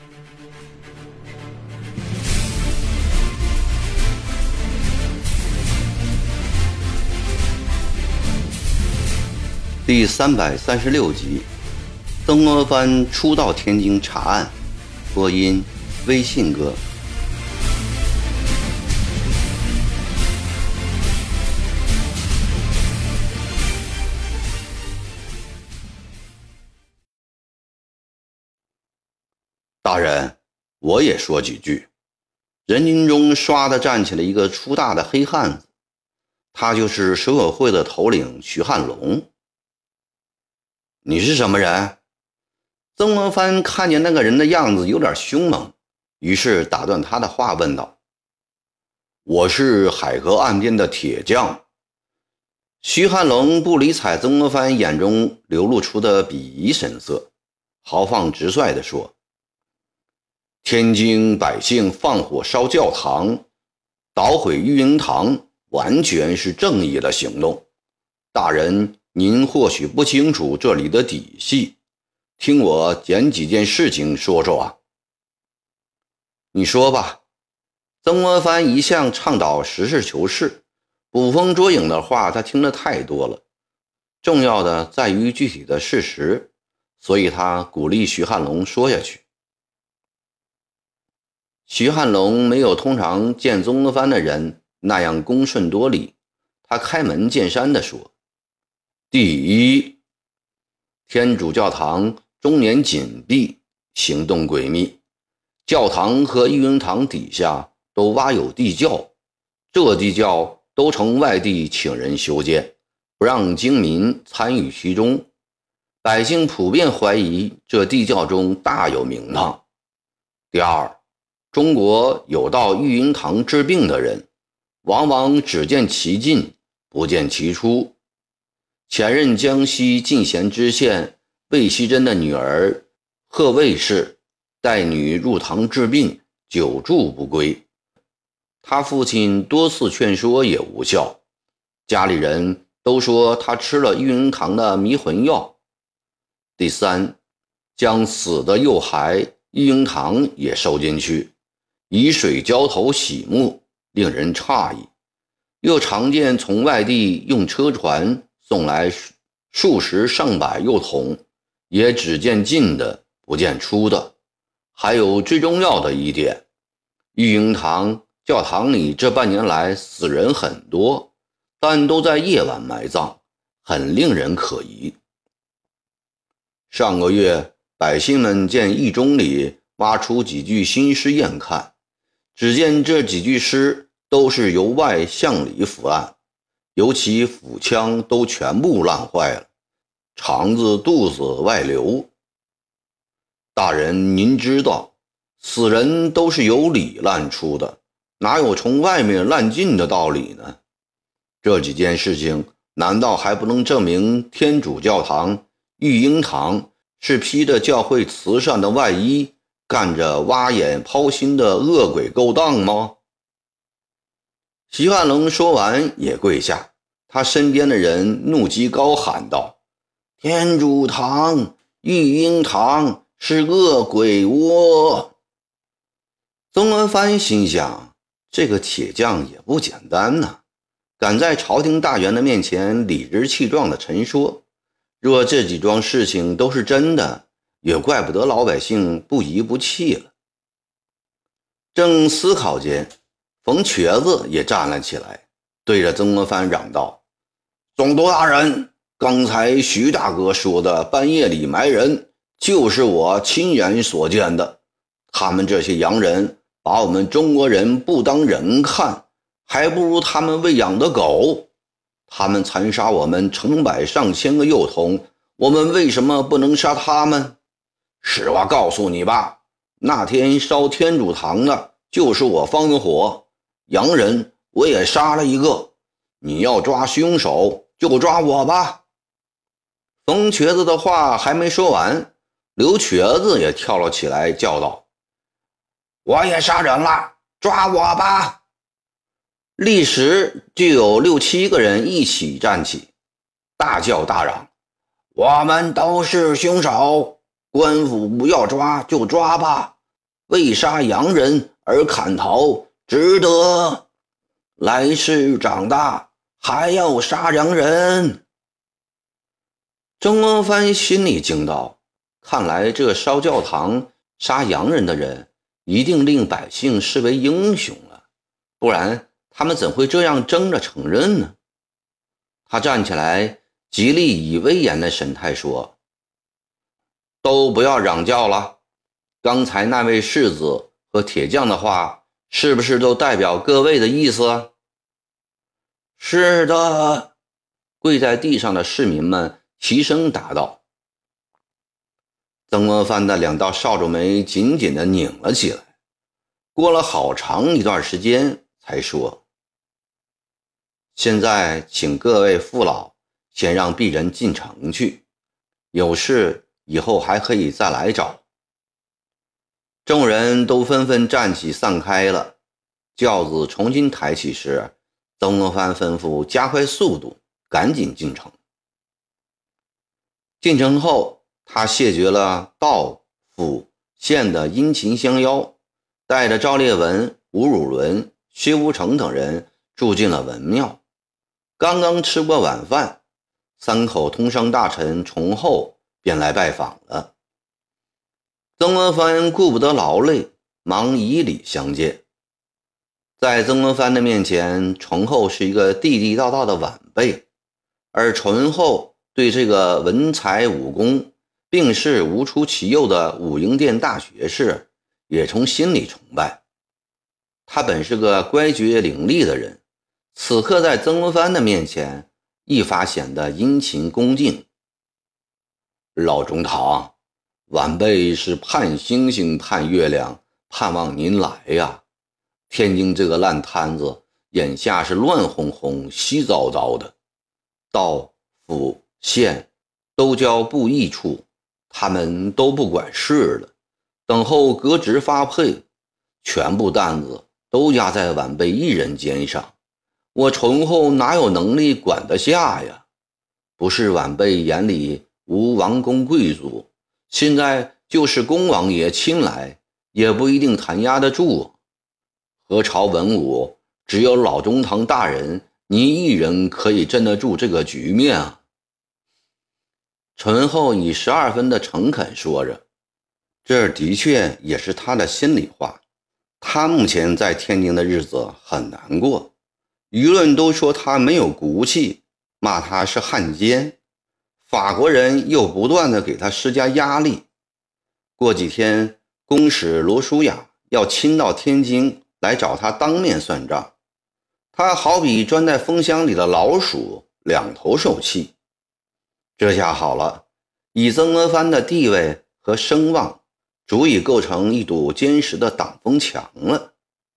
第336集，曾国藩初到天津查案。播音：微信哥。大人，我也说几句。人群中唰地站起了一个粗大的黑汉子，他就是守委会的头领徐汉龙。你是什么人？曾国藩看见那个人的样子有点凶猛，于是打断他的话问道：我是海河岸边的铁匠。徐汉龙不理睬曾国藩眼中流露出的鄙夷神色，豪放直率地说：天津百姓放火烧教堂，捣毁育婴堂，完全是正义的行动。大人您或许不清楚这里的底细，听我捡几件事情说说啊。你说吧。曾国藩一向倡导实事求是，捕风捉影的话他听得太多了，重要的在于具体的事实，所以他鼓励徐汉龙说下去。徐汉龙没有通常见曾国藩的人那样恭顺多礼，他开门见山地说：第一，天主教堂终年紧闭，行动诡秘，教堂和育婴堂底下都挖有地窖，这地窖都从外地请人修建，不让京民参与其中。百姓普遍怀疑这地窖中大有名堂。第二，中国有到育婴堂治病的人，往往只见其进，不见其出。前任江西进贤知县魏希珍的女儿贺卫氏带女入堂治病，久住不归，他父亲多次劝说也无效，家里人都说他吃了育婴堂的迷魂药。第三，将死的幼孩育婴堂也收进去，以水浇头洗目，令人诧异。又常见从外地用车船送来数十上百幼童，也只见进的不见出的。还有最重要的一点，育婴堂教堂里这半年来死人很多，但都在夜晚埋葬，很令人可疑。上个月百姓们见义钟里挖出几具新尸验看，只见这几具尸都是由外向里腐烂，尤其腹腔都全部烂坏了，肠子肚子外流。大人您知道，死人都是由里烂出的，哪有从外面烂进的道理呢？这几件事情难道还不能证明天主教堂、育婴堂是披着教会慈善的外衣，干着挖眼抛心的恶鬼勾当吗？徐汉龙说完也跪下，他身边的人怒击高喊道：天主堂、育婴堂是恶鬼窝。曾国藩心想，这个铁匠也不简单呐，敢在朝廷大员的面前理直气壮地陈说，若这几桩事情都是真的，也怪不得老百姓不疑不弃了。正思考间，冯瘸子也站了起来，对着曾国藩嚷道：总督大人，刚才徐大哥说的半夜里埋人，就是我亲眼所见的。他们这些洋人把我们中国人不当人看，还不如他们喂养的狗。他们残杀我们成百上千个幼童，我们为什么不能杀他们？实话告诉你吧，那天烧天主堂的就是我放的火，洋人我也杀了一个，你要抓凶手就抓我吧。冯瘸子的话还没说完，刘瘸子也跳了起来叫道：我也杀人了，抓我吧。立时就有6、7个人一起站起，大叫大嚷：我们都是凶手，官府不要抓就抓吧， 为杀洋人而砍头，值得；来世长大还要杀洋人。曾国藩心里惊道：看来这烧教堂、杀洋人的人一定令百姓视为英雄了，不然他们怎会这样争着承认呢？他站起来，极力以威严的神态说：都不要嚷叫了，刚才那位世子和铁匠的话是不是都代表各位的意思？是的，跪在地上的市民们齐声答道。曾国藩的两道少皱眉紧紧地拧了起来，过了好长一段时间才说：现在请各位父老先让鄙人进城去，有事以后还可以再来找。众人都纷纷站起散开了。轿子重新抬起时，曾国藩吩咐加快速度，赶紧进城。进城后，他谢绝了道、府、县的殷勤相邀，带着赵烈文、吴汝伦、薛无成等人住进了文庙。刚刚吃过晚饭，三口通商大臣崇厚便来拜访了。曾国藩顾不得劳累，忙以礼相见。在曾国藩的面前，崇厚是一个地地道道的晚辈，而醇厚对这个文才武功并是无出其右的武英殿大学士也从心里崇拜。他本是个乖觉伶俐的人，此刻在曾国藩的面前一发显得殷勤恭敬。老中堂，晚辈是盼星星盼月亮，盼望您来呀。天津这个烂摊子眼下是乱哄哄稀糟糟的，道、府、县都交布役处，他们都不管事了，等候革职发配，全部担子都压在晚辈一人肩上，我醇厚哪有能力管得下呀？不是晚辈眼里无王公贵族，现在就是公王爷亲来，也不一定弹压得住。何朝文武，只有老中堂大人您一人可以镇得住这个局面啊。醇厚以12分的诚恳说着，这的确也是他的心里话。他目前在天津的日子很难过，舆论都说他没有骨气，骂他是汉奸，法国人又不断地给他施加压力。过几天公使罗舒雅要亲到天津来找他当面算账，他好比钻在风箱里的老鼠，两头受气。这下好了，以曾国藩的地位和声望，足以构成一堵坚实的挡风墙了。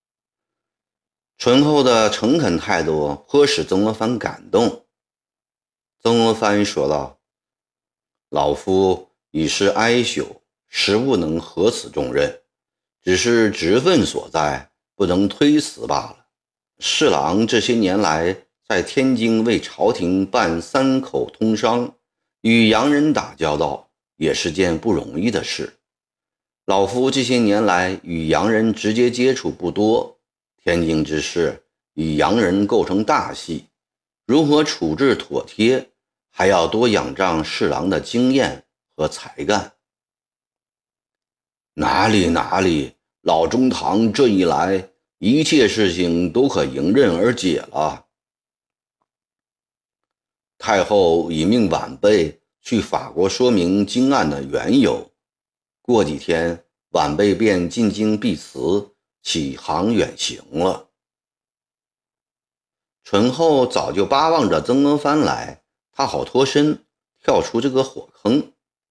醇厚的诚恳态度颇使曾国藩感动。曾国藩说道：老夫已是哀朽，实不能合此重任，只是职分所在，不能推辞罢了。侍郎这些年来在天津为朝廷办三口通商，与洋人打交道，也是件不容易的事。老夫这些年来与洋人直接接触不多，天津之事与洋人构成大戏，如何处置妥帖，还要多仰仗侍郎的经验和才干。哪里，老中堂这一来，一切事情都可迎刃而解了。太后已命晚辈去法国说明京案的缘由，过几天晚辈便进京避辞，起航远行了。醇厚早就巴望着曾国藩来，他好脱身，跳出这个火坑。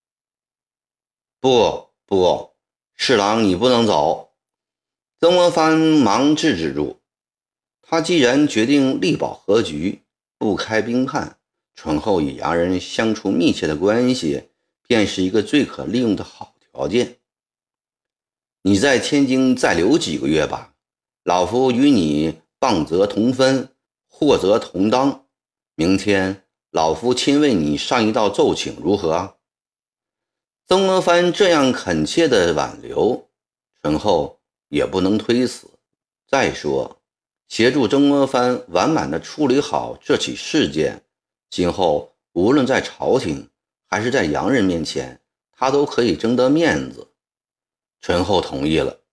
不，侍郎你不能走。曾国藩忙制止住。他既然决定力保和局，不开兵叛，醇厚与洋人相处密切的关系，便是一个最可利用的好条件。你在天津再留几个月吧，老夫与你棒则同分，祸则同当。明天老夫亲为你上一道奏请，如何？曾国藩这样恳切的挽留， 醇厚也不能推辞。再说，协助曾国藩完满地处理好这起事件，今后无论在朝廷还是在洋人面前，他都可以争得面子。醇厚同意了。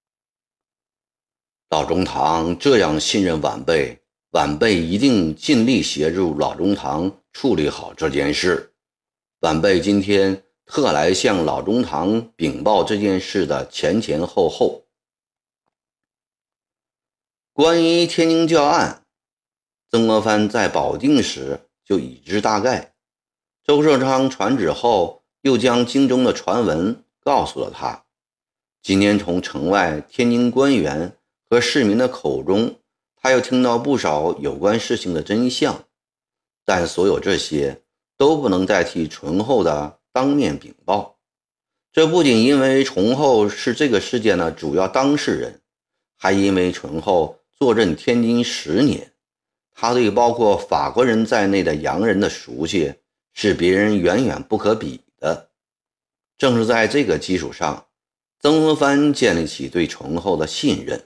老中堂这样信任晚辈，晚辈一定尽力协助老中堂处理好这件事。晚辈今天特来向老中堂禀报这件事的前前后后。关于天津教案，曾国藩在保定时就已知大概。周寿昌传旨后，又将京中的传闻告诉了他。今天从城外天津官员和市民的口中，他又听到不少有关事情的真相，但所有这些都不能代替醇厚的当面禀报。这不仅因为醇厚是这个事件的主要当事人，还因为醇厚坐镇天津10年，他对包括法国人在内的洋人的熟悉是别人远远不可比的。正是在这个基础上，曾国藩建立起对醇厚的信任。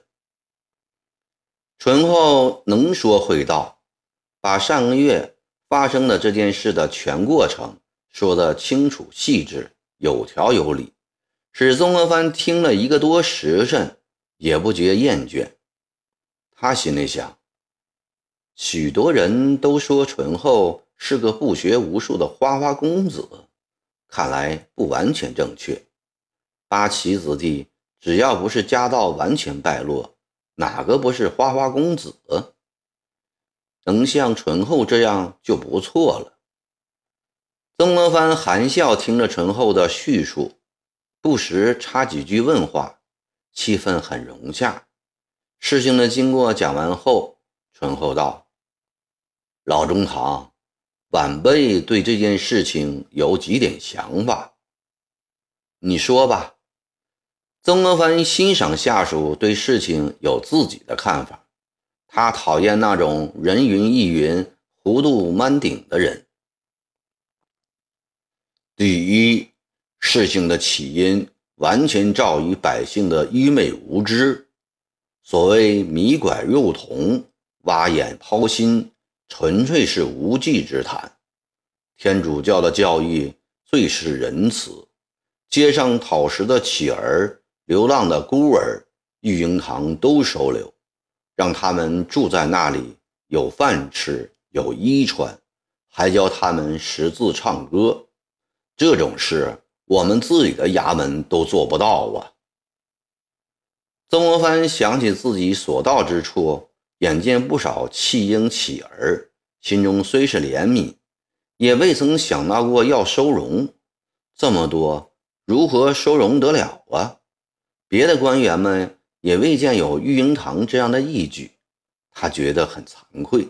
醇厚能说会道，把上个月发生的这件事的全过程说得清楚细致，有条有理，使曾国藩听了1个多时辰也不觉厌倦。他心里想，许多人都说醇厚是个不学无术的花花公子，看来不完全正确。八旗子弟只要不是家道完全败落，哪个不是花花公子？能像醇厚这样就不错了。曾国藩含笑听着醇厚的叙述，不时插几句问话，气氛很融洽。事情的经过讲完后，醇厚道：老中堂，晚辈对这件事情有几点想法。你说吧。曾国藩欣赏下属对事情有自己的看法，他讨厌那种人云亦云、糊涂满顶的人。第一，事情的起因完全照于百姓的愚昧无知。所谓迷拐诱童、挖眼抛心，纯粹是无稽之谈。天主教的教义最是仁慈，街上讨食的乞儿、流浪的孤儿，育婴堂都收留，让他们住在那里，有饭吃，有衣穿，还教他们识字唱歌。这种事我们自己的衙门都做不到啊。曾国藩想起自己所到之处，眼见不少弃婴乞儿，心中虽是怜悯，也未曾想到过要收容。这么多，如何收容得了啊？别的官员们也未见有育婴堂这样的义举，他觉得很惭愧。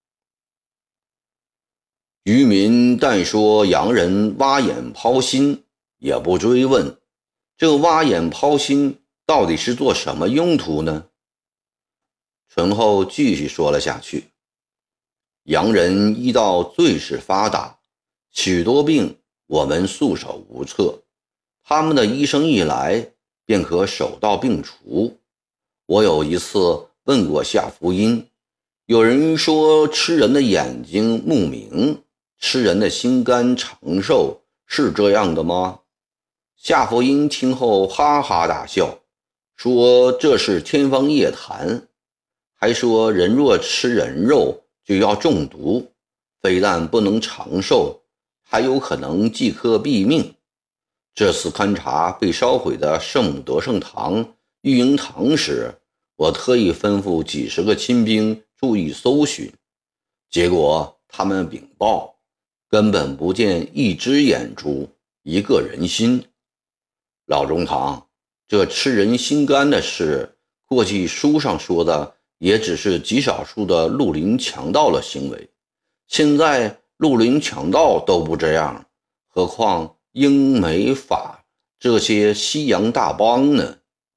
渔民但说洋人挖眼抛心，也不追问这挖眼抛心到底是做什么用途呢？醇厚继续说了下去。洋人医道最是发达，许多病我们束手无策，他们的医生一来便可手到病除。我有一次问过夏福音，有人说吃人的眼睛目明，吃人的心肝长寿，是这样的吗？夏福音听后哈哈大笑，说这是天方夜谭，还说人若吃人肉就要中毒，非但不能长寿，还有可能即刻毙命。这次勘察被烧毁的圣母德圣堂、育婴堂时，我特意吩咐几十个亲兵注意搜寻，结果他们禀报，根本不见一只眼珠，一个人心。老中堂，这吃人心肝的事，过去书上说的也只是极少数的绿林强盗的行为，现在绿林强盗都不这样，何况英美法这些西洋大帮呢？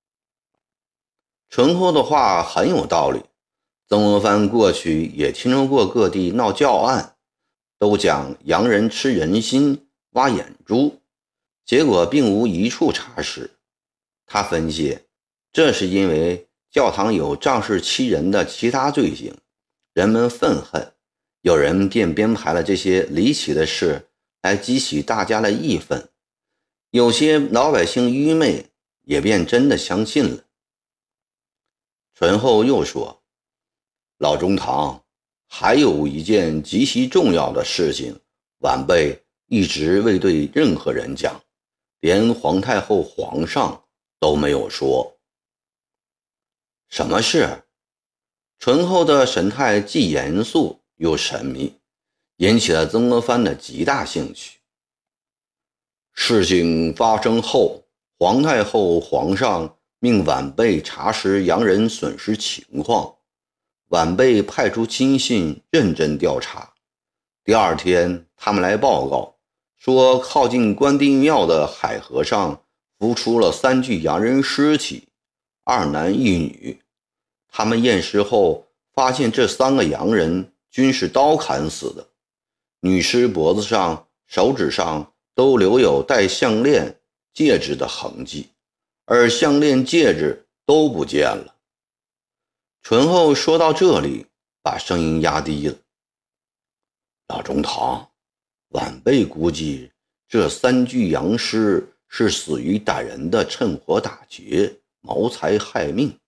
醇厚的话很有道理，曾国藩过去也听说过各地闹教案，都讲洋人吃人心、挖眼珠，结果并无一处查实。 他分析，这是因为教堂有仗势欺人的其他罪行，人们愤恨，有人便编排了这些离奇的事来激起大家的义愤，有些老百姓愚昧，也便真的相信了。醇厚又说，老中堂，还有一件极其重要的事情，晚辈一直未对任何人讲，连皇太后皇上都没有说。什么事？醇厚的神态既严肃又神秘，引起了曾国藩的极大兴趣。事情发生后，皇太后皇上命晚辈查实洋人损失情况，晚辈派出亲信认真调查。第二天，他们来报告说，靠近关帝庙的海河上浮出了3具洋人尸体，2男1女。他们验尸后发现，这3个洋人均是刀砍死的，女尸脖子上、手指上都留有带项链、戒指的痕迹，而项链、戒指都不见了。醇厚说到这里，把声音压低了。老中堂，晚辈估计这3具洋尸是死于歹人的趁火打劫、谋财害命。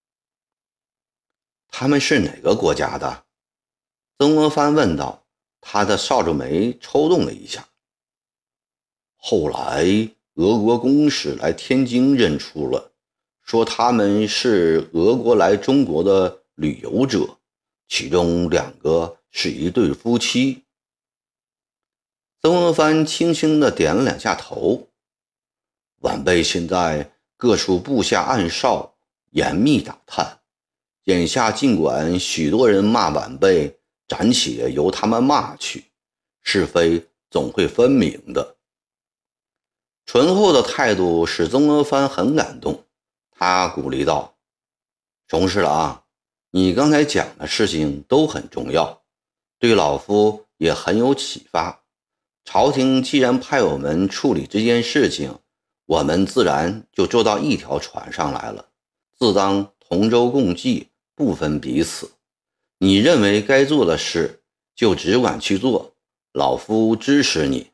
他们是哪个国家的？曾国藩问道，他的少皱眉抽动了一下。后来俄国公使来天津认出了，说他们是俄国来中国的旅游者，其中2个是一对夫妻。曾国藩轻轻地点了2下头。晚辈现在各处布下暗哨，严密打探，眼下尽管许多人骂晚辈，暂且由他们骂去，是非总会分明的。醇厚的态度使曾国藩很感动，他鼓励道：钟侍郎，你刚才讲的事情都很重要，对老夫也很有启发。朝廷既然派我们处理这件事情，我们自然就坐到一条船上来了，自当同舟共济，不分彼此。你认为该做的事，就只管去做，老夫支持你。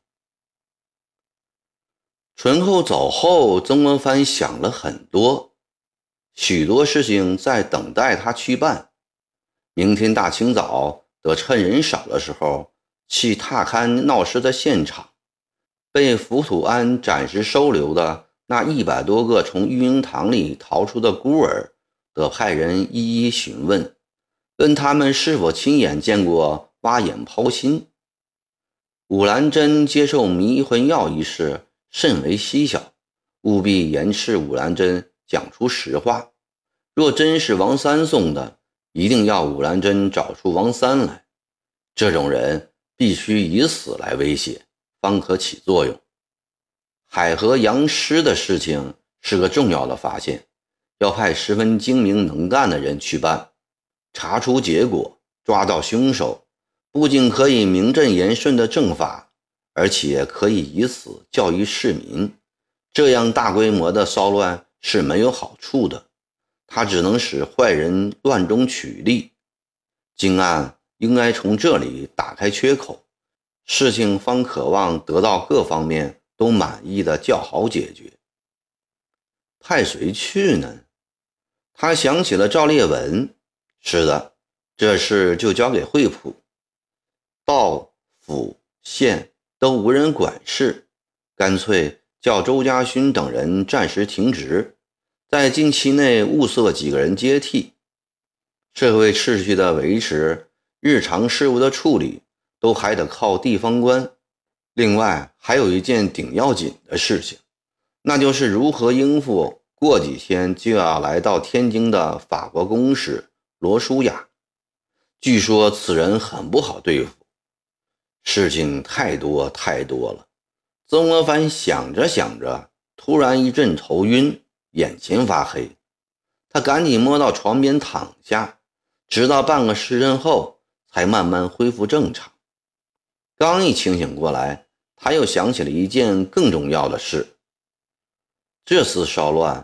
醇厚走后，曾国藩想了很多，许多事情在等待他去办。明天大清早得趁人少的时候去踏勘闹事的现场，被浮土安暂时收留的那100多个从育婴堂里逃出的孤儿，得派人一一询问，问他们是否亲眼见过挖眼剖心。武兰珍接受迷魂药一事甚为蹊跷，务必严斥武兰珍讲出实话。若真是王三送的，一定要武兰珍找出王三来。这种人必须以死来威胁，方可起作用。海河洋尸的事情是个重要的发现，要派十分精明能干的人去办，查出结果，抓到凶手，不仅可以名正言顺的正法，而且可以以此教育市民。这样大规模的骚乱是没有好处的，它只能使坏人乱中取利。京案应该从这里打开缺口，事情方渴望得到各方面都满意的较好解决。派谁去呢？他想起了赵烈文。是的，这事就交给惠普。道、府、县都无人管事，干脆叫周家勋等人暂时停职，在近期内物色几个人接替。社会秩序的维持，日常事务的处理，都还得靠地方官。另外还有一件顶要紧的事情，那就是如何应付过几天就要来到天津的法国公使罗舒雅。据说此人很不好对付。事情太多了。曾国藩想着想着，突然一阵头晕，眼前发黑。他赶紧摸到床边躺下，直到半个时辰后才慢慢恢复正常。刚一清醒过来，他又想起了一件更重要的事。这次骚乱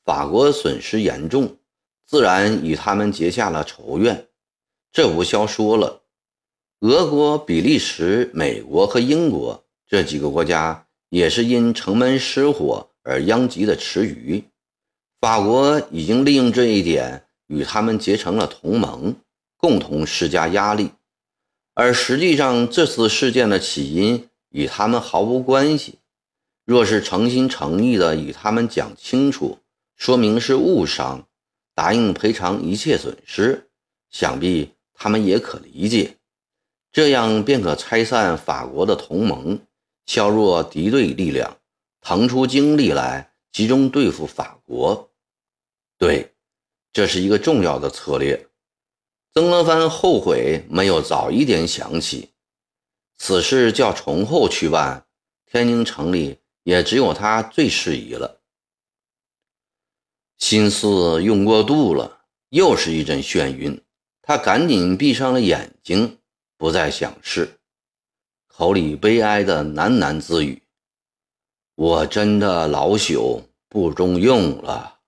法国损失严重，自然与他们结下了仇怨。这不消说了，俄国、比利时、美国和英国这几个国家也是因城门失火而殃及的池鱼。法国已经利用这一点与他们结成了同盟，共同施加压力。而实际上这次事件的起因与他们毫无关系。若是诚心诚意地与他们讲清楚，说明是误伤，答应赔偿一切损失，想必他们也可理解。这样便可拆散法国的同盟，削弱敌对力量，腾出精力来集中对付法国。对，这是一个重要的策略。曾国藩后悔没有早一点想起，此事较从后去办，天津城里也只有他最适宜了。心思用过度了，又是一阵眩晕，他赶紧闭上了眼睛，不再想事，口里悲哀的喃喃自语：我真的老朽不中用了。